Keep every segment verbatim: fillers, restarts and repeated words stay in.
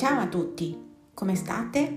Ciao a tutti, come state?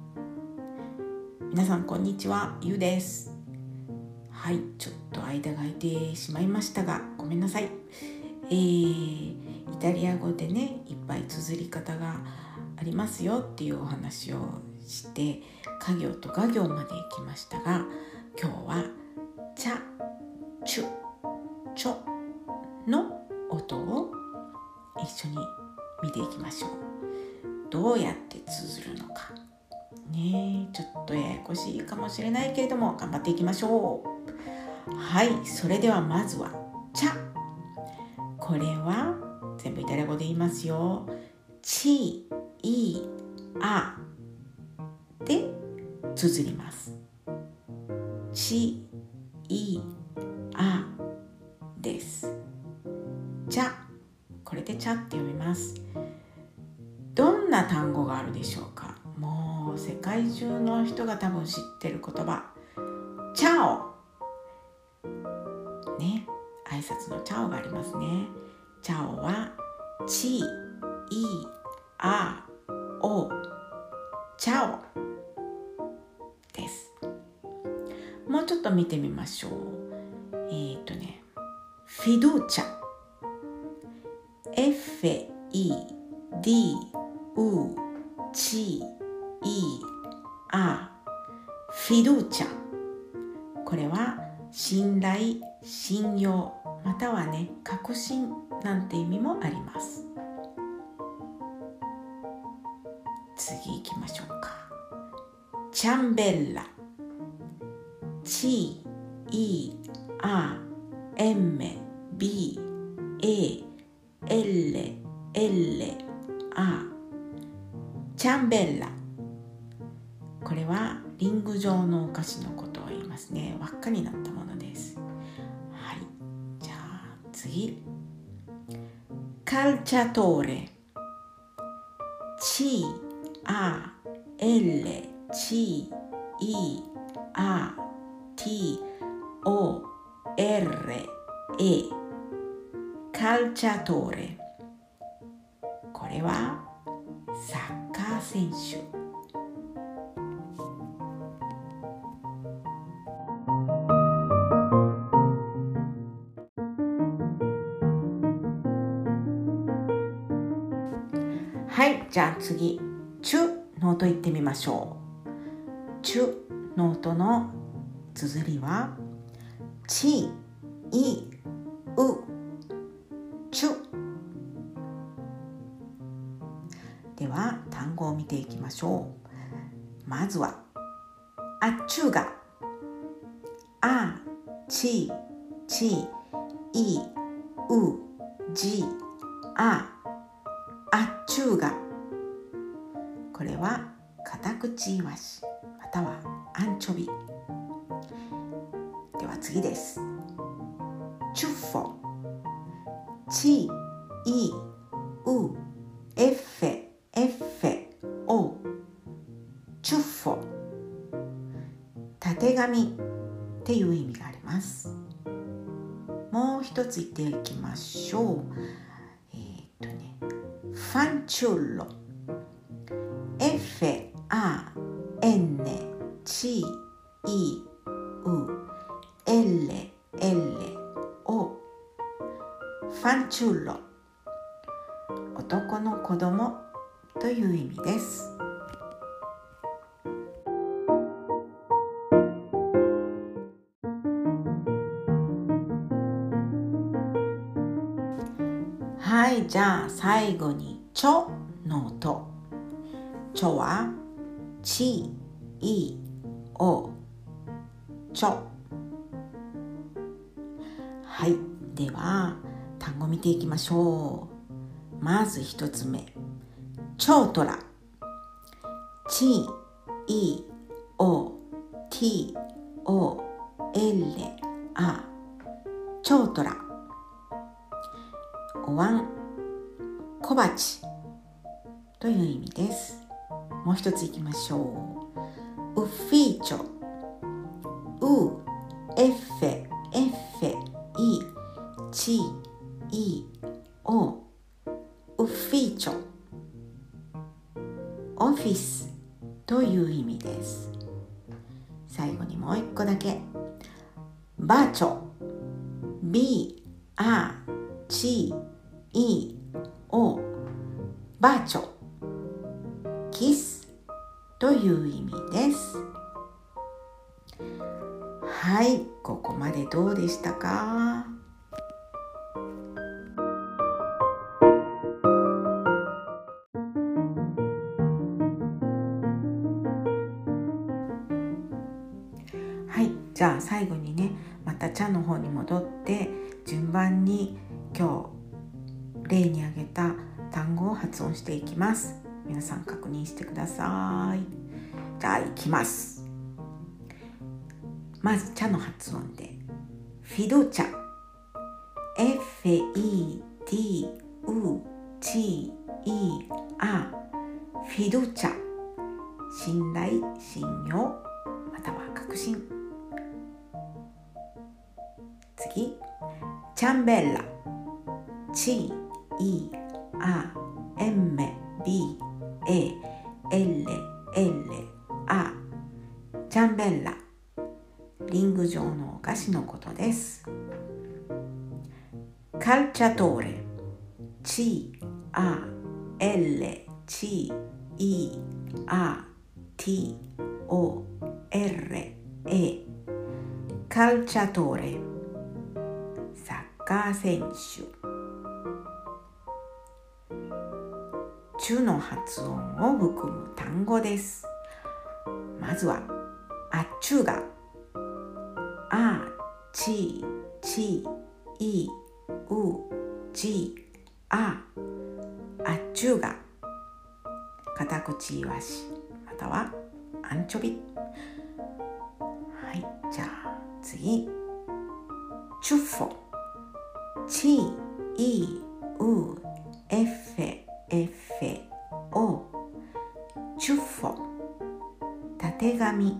皆さんこんにちは、ゆうです。はい、ちょっと間が空いてしまいましたがごめんなさい。えー、イタリア語でねいっぱい綴り方がありますよっていうお話をして家行と画行まで行きましたが、今日はチャ、チュ、チョの音を一緒に見ていきましょう。どうやって綴るのかね、ちょっとややこしいかもしれないけれども頑張っていきましょう。はい、それではまずはチャ。これは全部イタリア語で言いますよ。チ、イ、アで綴ります。チ、イ、アです。チャ、これでチャって読みます。どんな単語があるでしょうか。もう世界中の人が多分知ってる言葉、チャオね、挨拶のチャオがありますね。チャオはチ、イ、ア、オ、チャオです。もうちょっと見てみましょう。えーっとねフィドゥチャ、 エフ イ ディ ウ チ イ ア、フィドゥチャ。これは信頼、信用またはね確信なんて意味もあります。次行きましょうか。チャンベッラ、チ、イ、ア、エム、ビ、エ、エル、エル、ア、チャンベッラ。これはリング状のお菓子のことを言いますね。輪っかになったものです。はい、じゃあ次、カルチャトーレ、チ、ア、エル、チ、イ、ア、ティ、オ、エル、エ、カルチャトーレ。これはサッカー選手。はい、じゃあ次、チュの音言ってみましょう。チュの音の綴りはチ、イ、ウ、チュ。では単語を見ていきましょう。まずはアッチュガ、ア、チ、チ、イ、ウ、ジ、ア、アッチュガ。これはカタクチイワシまたはアンチョビ。では次です。チュッフォ、チ、イ、ウ、エッフェ、エッフェ、オ、チュッフォ。たてがみっていう意味があります。もう一つ言っていきましょう。えー、っとねファンチュッロ、エフアエヌチイウエルエルオ、ファンチュッロ、男の子供という意味です。はい、じゃあ最後にチョの音。チョはチ、イ、オ、チョ。はい、では単語見ていきましょう。まず一つ目、チョートラ、チ、イ、オ、ティ、オ、エル、ア、チョートラ。お椀、小鉢という意味です。もう一ついきましょう。ウッフィーチョ、ウ、エッフェ、エッフェ、イ、チ、イ、オ、ウッフィーチョ。 いう意味です。最後にもう一個だけ。バチョ B アチイオバチョキスという意味です。はい、ここまでどうでしたか？はい、じゃあ最後にね、また茶の方に戻って順番に今日例に挙げた単語を発音していきます。皆さん確認してください。じゃあいきます。まず茶の発音でフィドゥチャ エフイディウチイアフィドゥチャ信頼、信用または確信。次チャンベッラチイアエムビエエルエルアチャンベッラリング状のお菓子のことです。カルチャトーレチアエルチイアティオエルエカルチャトーレサッカー選手。チュの発音を含む単語です。まずはアッチュがアチチイウジアアッチュがカタクチイワシまたはアンチョビ。はい、じゃあ次チュッフォチイウエフエフオチュッフォたてがみ。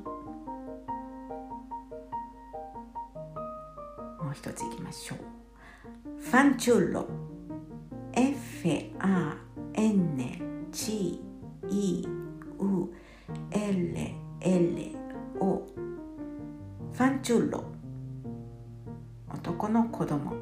もう一ついきましょう。ファンチュッロ エフアエヌチイウエルエルオファンチュッロ男の子供。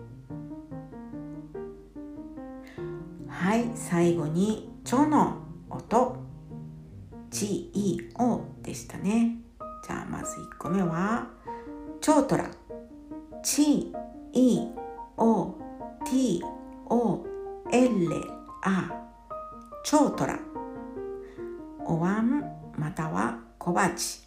はい、最後にチョの音チイオでしたね。じゃあまずいっこめはチョートラチイオティオエルアチョートラお椀または小鉢。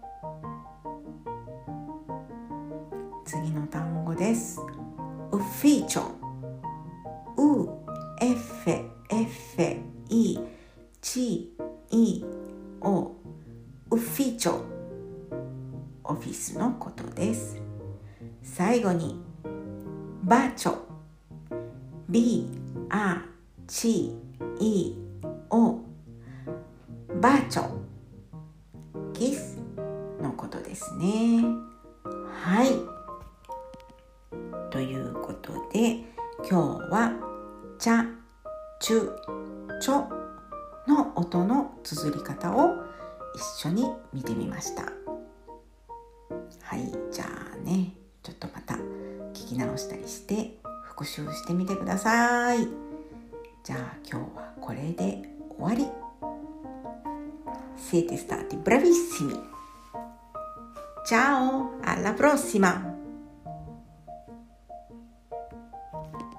次の単語です。ウフィーチョウエフエフイチイオウフィーチョオフィスのことです。最後にバチョ ビアチイオバチョキスのことですね。はい、ということで今日はチャ、チュ、チョの音の綴り方を一緒に見てみました。はい、じゃあね、ちょっとまた聞き直したりして復習してみてください。じゃあ今日はこれで終わり。Siete stati bravissimi. Ciao, alla prossima.